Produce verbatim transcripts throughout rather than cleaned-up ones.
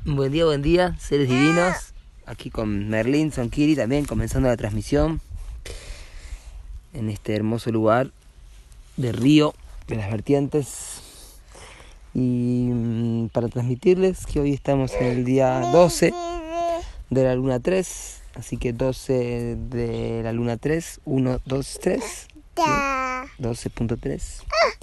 Buen día, buen día, seres divinos. Aquí con Merlín, Sonkiri también, comenzando la transmisión en este hermoso lugar de Río, de las vertientes. Y mmm, para transmitirles que hoy estamos en el día doce de la luna tres. Así que doce de la luna tres, uno, dos, tres, ¿sí? doce punto tres.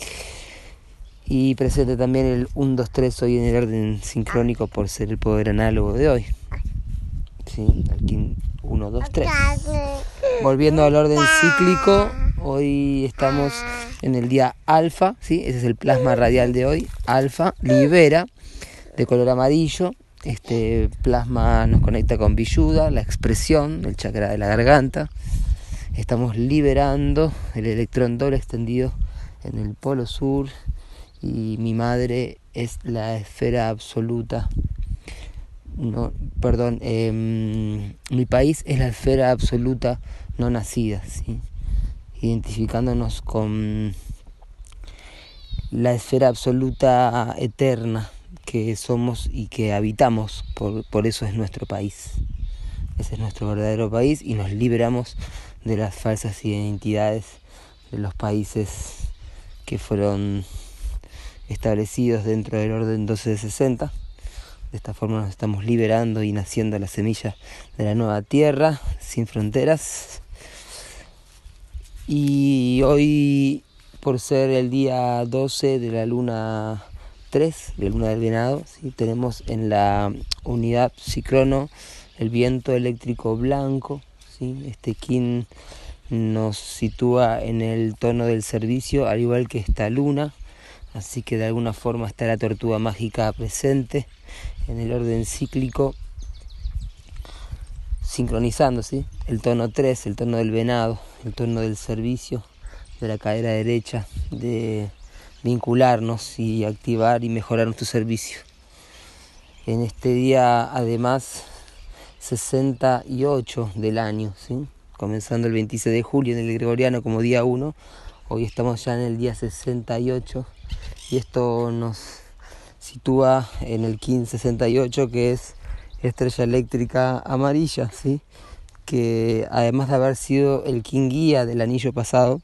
Y presente también el uno, dos, tres hoy en el orden sincrónico por ser el poder análogo de hoy. Sí, aquí uno, dos, tres. Volviendo al orden cíclico, hoy estamos en el día alfa, ¿sí? Ese es el plasma radial de hoy. Alfa libera de color amarillo. Este plasma nos conecta con Vishuddha, la expresión, el chakra de la garganta. Estamos liberando el electrón doble extendido en el polo sur. Y mi madre es la esfera absoluta. No, perdón, eh, mi país es la esfera absoluta no nacida, ¿sí? Identificándonos con la esfera absoluta eterna que somos y que habitamos, por, por eso es nuestro país. Ese es nuestro verdadero país y nos liberamos de las falsas identidades de los países que fueron establecidos dentro del orden doce de sesenta. De esta forma nos estamos liberando y naciendo la semilla de la nueva tierra sin fronteras. Y hoy, por ser el día doce de la luna tres, de la luna del venado, ¿sí? Tenemos en la unidad psicrono el viento eléctrico blanco, ¿sí? Este kin nos sitúa en el tono del servicio, al igual que esta luna. Así que de alguna forma está la tortuga mágica presente en el orden cíclico, sincronizando, ¿sí? El tono tres, el tono del venado, el tono del servicio, de la cadera derecha, de vincularnos y activar y mejorar nuestro servicio. En este día, además, sesenta y ocho del año, ¿sí? Comenzando el veintiséis de julio en el gregoriano como día uno, hoy estamos ya en el día sesenta y ocho. Y esto nos sitúa en el kin sesenta y ocho, que es estrella eléctrica amarilla, ¿sí? Que además de haber sido el kin guía del anillo pasado,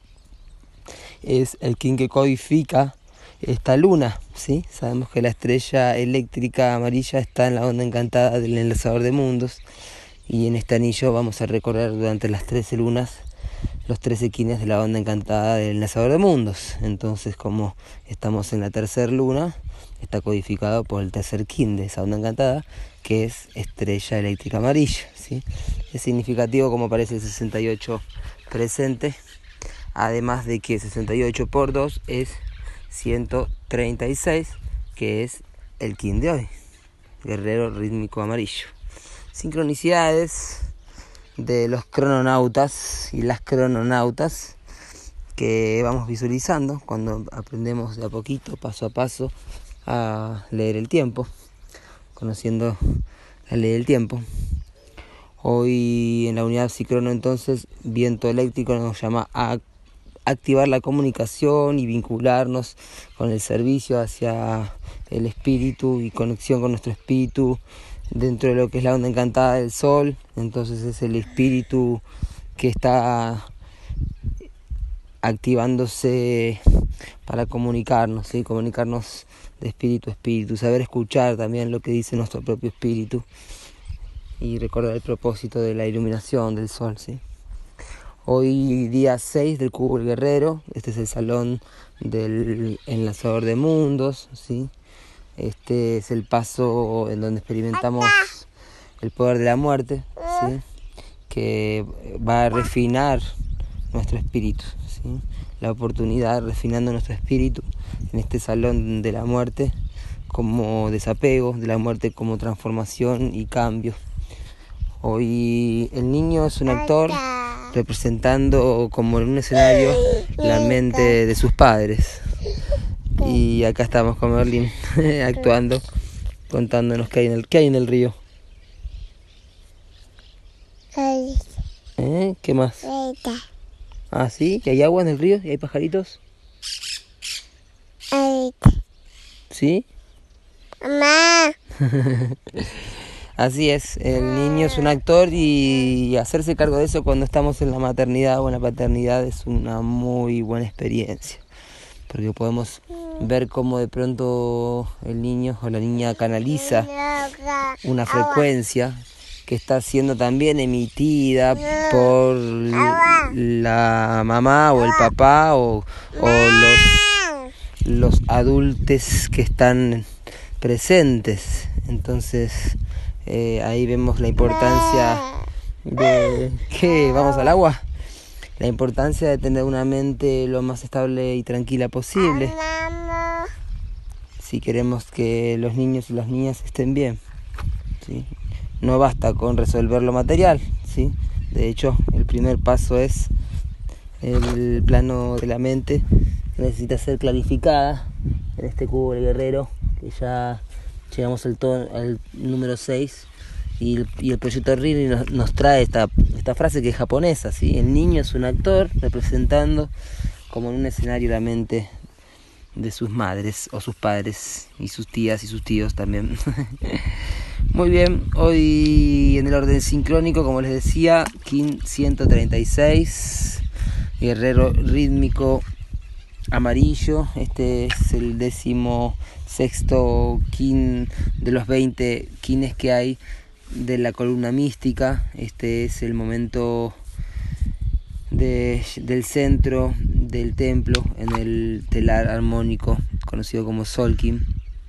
es el kin que codifica esta luna, ¿sí? Sabemos que la estrella eléctrica amarilla está en la onda encantada del enlazador de mundos, y en este anillo vamos a recorrer durante las trece lunas los trece kines de la onda encantada del enlazador de mundos. Entonces, como estamos en la tercera luna, está codificado por el tercer kin de esa onda encantada, que es estrella eléctrica amarilla, ¿sí? Es significativo como aparece el sesenta y ocho presente, además de que sesenta y ocho por dos es ciento treinta y seis, que es el kin de hoy, guerrero rítmico amarillo. Sincronicidades de los crononautas y las crononautas que vamos visualizando cuando aprendemos de a poquito, paso a paso, a leer el tiempo, conociendo la ley del tiempo. Hoy en la unidad psicrono, entonces, viento eléctrico nos llama a activar la comunicación y vincularnos con el servicio hacia el espíritu y conexión con nuestro espíritu dentro de lo que es la onda encantada del sol. Entonces es el espíritu que está activándose para comunicarnos, ¿sí? Comunicarnos de espíritu a espíritu, saber escuchar también lo que dice nuestro propio espíritu y recordar el propósito de la iluminación del sol, ¿sí? Hoy día seis del cubo del guerrero, este es el salón del enlazador de mundos, ¿sí? Este es el paso en donde experimentamos el poder de la muerte, ¿sí? Que va a refinar nuestro espíritu, ¿sí? La oportunidad refinando nuestro espíritu en este salón de la muerte como desapego, de la muerte como transformación y cambio. Hoy el niño es un actor representando como en un escenario la mente de sus padres. Y acá estamos con Merlín actuando, contándonos qué hay en el, qué hay en el río. ¿Eh? ¿Qué más? Ah, ¿sí? ¿Y hay agua en el río? ¿Y hay pajaritos? ¿Sí? Mamá. Así es, el niño es un actor y hacerse cargo de eso cuando estamos en la maternidad o en la paternidad es una muy buena experiencia, porque podemos ver cómo de pronto el niño o la niña canaliza una frecuencia que está siendo también emitida por la mamá o el papá o, o los, los adultos que están presentes. Entonces eh, ahí vemos la importancia de que vamos al agua, la importancia de tener una mente lo más estable y tranquila posible si queremos que los niños y las niñas estén bien, ¿sí? No basta con resolver lo material, ¿sí? De hecho, el primer paso es el plano de la mente, que necesita ser clarificada en este cubo del guerrero, que ya llegamos al, tono, al número seis, y el, y el proyecto Rini nos, nos trae esta, esta frase que es japonesa, ¿sí? El niño es un actor representando como en un escenario la mente de sus madres o sus padres y sus tías y sus tíos también. Muy bien, hoy en el orden sincrónico, como les decía, Kin ciento treinta y seis, guerrero rítmico amarillo. Este es el décimo sexto Kin de los veinte Kines que hay de la columna mística. Este es el momento de, del centro del templo en el telar armónico conocido como Solkin,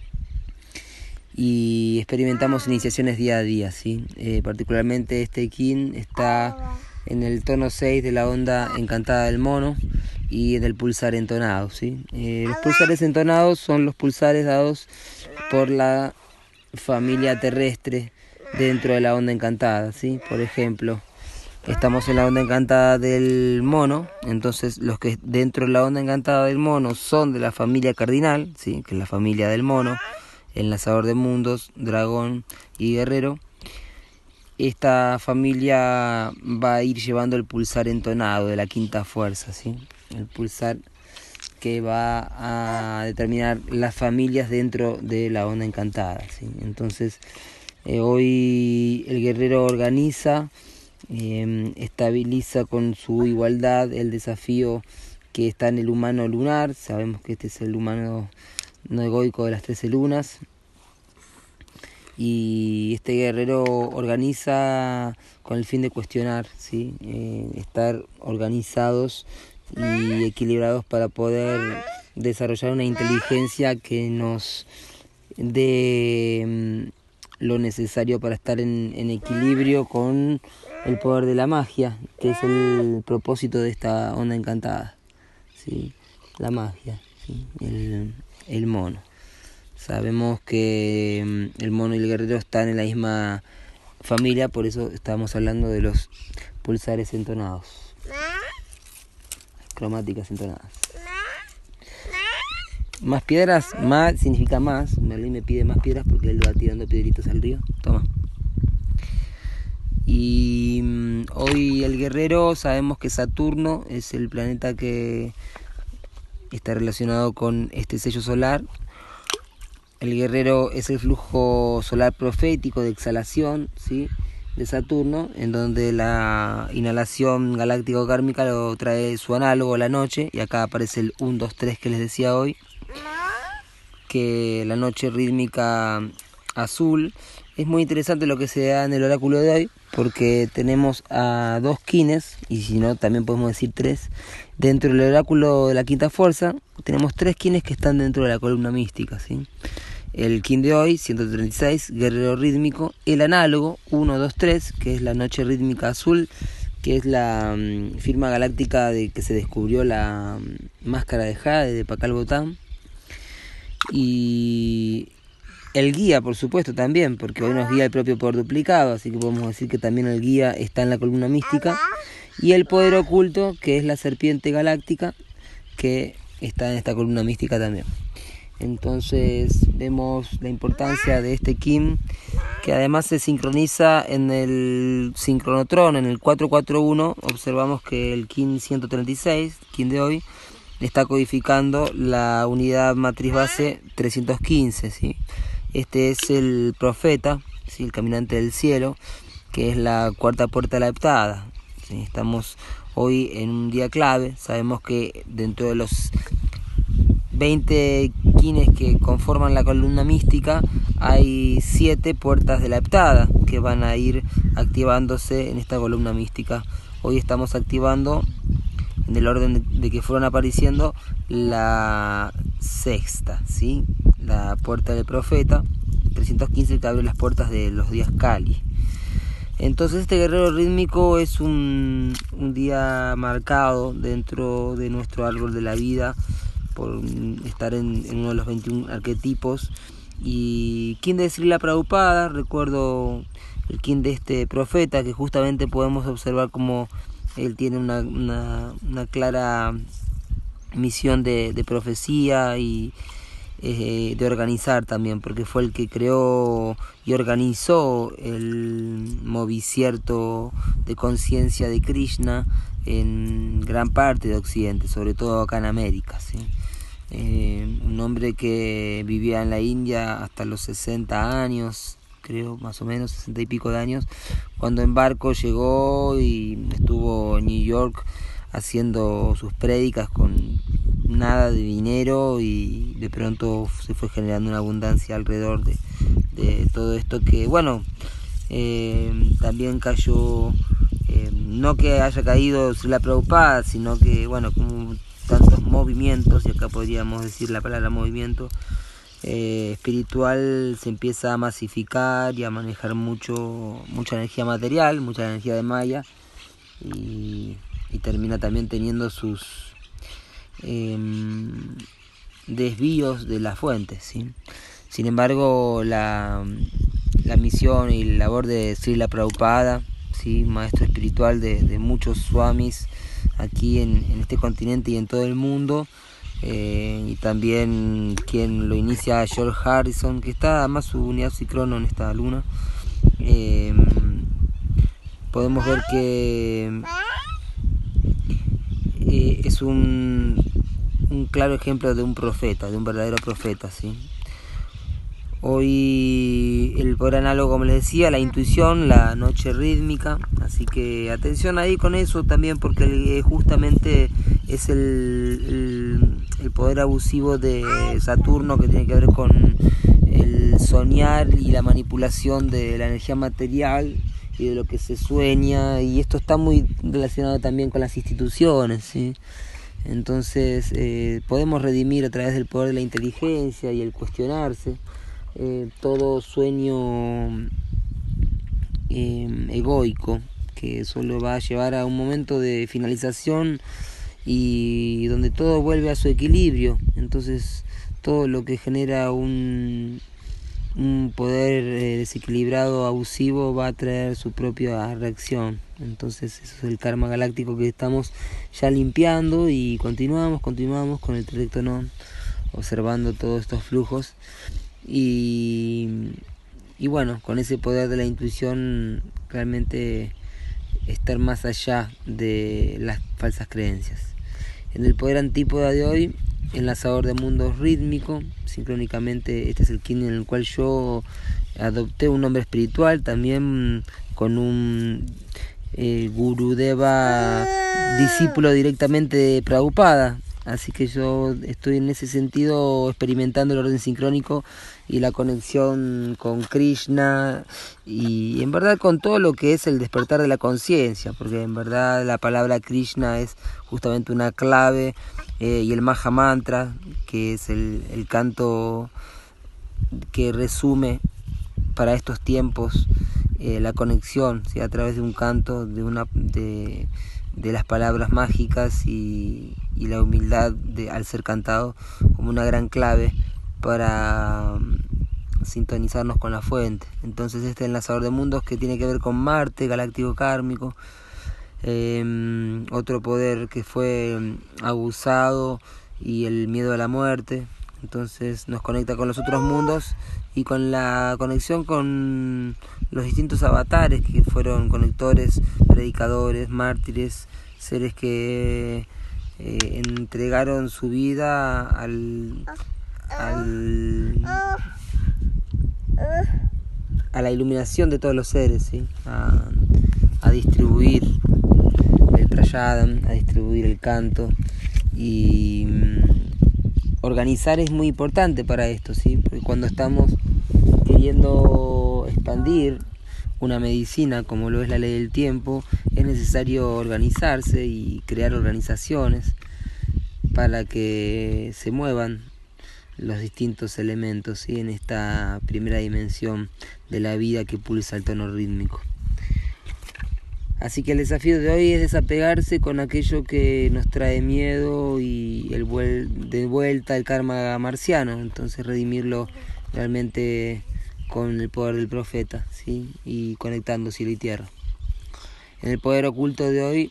y experimentamos iniciaciones día a día, ¿sí? Eh, particularmente este Kin está en el tono seis de la onda encantada del mono y en el pulsar entonado, ¿sí? Eh, los pulsares entonados son los pulsares dados por la familia terrestre dentro de la onda encantada, ¿sí? Por ejemplo, estamos en la onda encantada del mono, entonces los que dentro de la onda encantada del mono son de la familia cardinal, ¿sí? Que es la familia del mono, enlazador de mundos, dragón y guerrero. Esta familia va a ir llevando el pulsar entonado de la quinta fuerza, ¿sí? El pulsar que va a determinar las familias dentro de la onda encantada, ¿sí? Entonces eh, hoy el guerrero organiza, eh, estabiliza con su igualdad el desafío que está en el humano lunar. Sabemos que este es el humano no egoico de las trece lunas, y este guerrero organiza con el fin de cuestionar, ¿sí? Eh, estar organizados y equilibrados para poder desarrollar una inteligencia que nos dé mm, lo necesario para estar en, en equilibrio con el poder de la magia, que es el propósito de esta onda encantada, ¿sí? La magia, ¿sí? el, el mono. Sabemos que el mono y el guerrero están en la misma familia, por eso estamos hablando de los pulsares entonados, cromáticas entonadas. Más piedras, más significa más. Merlín me pide más piedras porque él va tirando piedritas al río. Toma. Y um, hoy el guerrero, sabemos que Saturno es el planeta que está relacionado con este sello solar. El guerrero es el flujo solar profético de exhalación, ¿sí? De Saturno, en donde la inhalación galáctico-kármica lo trae su análogo la noche, y acá aparece el uno, dos, tres que les decía hoy, que la noche rítmica azul. Es muy interesante lo que se da en el oráculo de hoy, porque tenemos a dos kines, y si no también podemos decir tres, dentro del oráculo de la quinta fuerza. Tenemos tres kines que están dentro de la columna mística, ¿sí? El kin de hoy, ciento treinta y seis, guerrero rítmico. El análogo, uno, dos, tres, que es la noche rítmica azul, que es la um, firma galáctica de que se descubrió la um, máscara de Jade de Pakal Botán. Y el guía, por supuesto, también, porque hoy nos guía el propio poder duplicado, así que podemos decir que también el guía está en la columna mística. Y el poder oculto, que es la serpiente galáctica, que está en esta columna mística también. Entonces vemos la importancia de este Kin, que además se sincroniza en el sincronotrón, en el cuatro cuatro uno. Observamos que el Kin ciento treinta y seis, Kin de hoy, está codificando la unidad matriz base trescientos quince, ¿sí? Este es el profeta, ¿sí? El caminante del cielo, que es la cuarta puerta de la heptada. ¿Sí? Estamos hoy en un día clave. Sabemos que dentro de los veinte quines que conforman la columna mística hay siete puertas de la heptada que van a ir activándose en esta columna mística. Hoy estamos activando, en el orden de que fueron apareciendo, la sexta, ¿sí? La puerta del profeta, trescientos quince, que abre las puertas de los días Kali. Entonces este guerrero rítmico es un, un día marcado dentro de nuestro árbol de la vida por estar en, en uno de los veintiún arquetipos. Y kin de Srila Prabhupada, recuerdo el kin de este profeta, que justamente podemos observar como él tiene una, una, una clara misión de, de profecía y eh, de organizar también, porque fue el que creó y organizó el movicierto de conciencia de Krishna en gran parte de Occidente, sobre todo acá en América, ¿sí? Eh, un hombre que vivía en la India hasta los sesenta años, creo, más o menos, sesenta y pico de años, cuando en barco llegó y estuvo en New York haciendo sus prédicas con nada de dinero, y de pronto se fue generando una abundancia alrededor de, de todo esto que, bueno, eh, también cayó, eh, no que haya caído Srila Prabhupada, sino que, bueno, como tantos movimientos, y acá podríamos decir la palabra movimiento eh, espiritual, se empieza a masificar y a manejar mucho mucha energía material, mucha energía de Maya, y, y termina también teniendo sus eh, desvíos de las fuentes, ¿sí? Sin embargo, la, la misión y la labor de Srila Prabhupada, ¿sí? Maestro espiritual de, de muchos swamis aquí en, en este continente y en todo el mundo, eh, y también quien lo inicia, George Harrison, que está además su unidad Cicrono en esta luna. Eh, podemos ver que eh, es un, un claro ejemplo de un profeta, de un verdadero profeta, ¿sí? Hoy el poder análogo, como les decía, la intuición, la noche rítmica, así que atención ahí con eso también, porque justamente es el, el, el poder abusivo de Saturno, que tiene que ver con el soñar y la manipulación de la energía material y de lo que se sueña, y esto está muy relacionado también con las instituciones, ¿sí? Entonces eh, podemos redimir a través del poder de la inteligencia y el cuestionarse Eh, todo sueño eh, egoico, que solo va a llevar a un momento de finalización y donde todo vuelve a su equilibrio. Entonces todo lo que genera un, un poder eh, desequilibrado, abusivo, va a traer su propia reacción. Entonces eso es el karma galáctico que estamos ya limpiando, y continuamos, continuamos con el trayecto non, observando todos estos flujos. Y, y bueno, con ese poder de la intuición, realmente estar más allá de las falsas creencias. En el poder antípoda de hoy, enlazador de mundos rítmico, sincrónicamente este es el kin en el cual yo adopté un nombre espiritual, también con un eh, Gurudeva discípulo directamente de Prabhupada. Así que yo estoy en ese sentido experimentando el orden sincrónico y la conexión con Krishna, y en verdad con todo lo que es el despertar de la conciencia, porque en verdad la palabra Krishna es justamente una clave, eh, y el Maha Mantra, que es el, el canto que resume para estos tiempos eh, la conexión, ¿sí? A través de un canto, de una de, de las palabras mágicas y, y la humildad de, al ser cantado, como una gran clave para um, sintonizarnos con la fuente. Entonces este enlazador de mundos, que tiene que ver con Marte, galáctico kármico, eh, otro poder que fue abusado, y el miedo a la muerte. Entonces nos conecta con los otros mundos y con la conexión con los distintos avatares que fueron conectores, predicadores, mártires, seres que eh, entregaron su vida al, al, a la iluminación de todos los seres, ¿sí? a, a distribuir el Prayadam, a distribuir el canto, y organizar es muy importante para esto, ¿sí? Porque cuando estamos queriendo expandir una medicina como lo es la ley del tiempo, es necesario organizarse y crear organizaciones para que se muevan los distintos elementos, ¿sí? En esta primera dimensión de la vida que pulsa el tono rítmico. Así que el desafío de hoy es desapegarse con aquello que nos trae miedo y el vuel de vuelta el karma marciano, entonces redimirlo realmente con el poder del profeta, ¿sí? Y conectando cielo y tierra. En el poder oculto de hoy,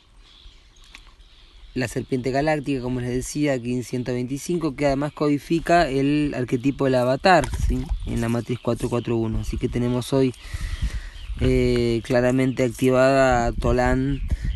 la serpiente galáctica, como les decía, aquí ciento veinticinco, que además codifica el arquetipo del avatar, ¿sí? En la matriz cuatro cuatro uno. Así que tenemos hoy eh, claramente activada a Tolan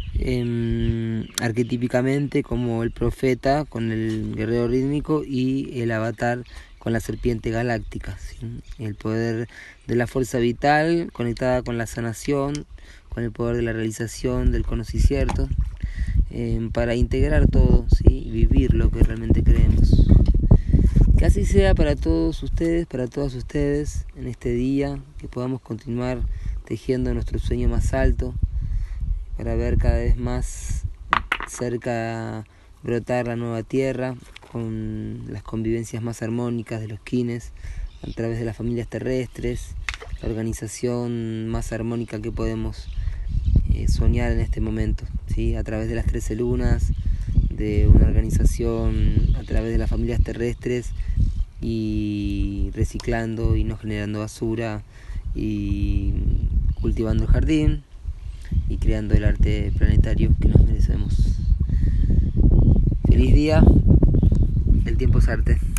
eh, arquetípicamente como el profeta con el guerrero rítmico y el avatar con la serpiente galáctica, ¿sí? El poder de la fuerza vital conectada con la sanación, con el poder de la realización del conocimiento, eh, para integrar todo, ¿sí? Y vivir lo que realmente creemos. Que así sea para todos ustedes, para todas ustedes en este día, que podamos continuar tejiendo nuestro sueño más alto para ver cada vez más cerca brotar la nueva tierra con las convivencias más armónicas de los kines a través de las familias terrestres, la organización más armónica que podemos eh, soñar en este momento, ¿sí? A través de las trece lunas, de una organización a través de las familias terrestres y reciclando y no generando basura y cultivando el jardín y creando el arte planetario que nos merecemos. Feliz día, el tiempo es arte.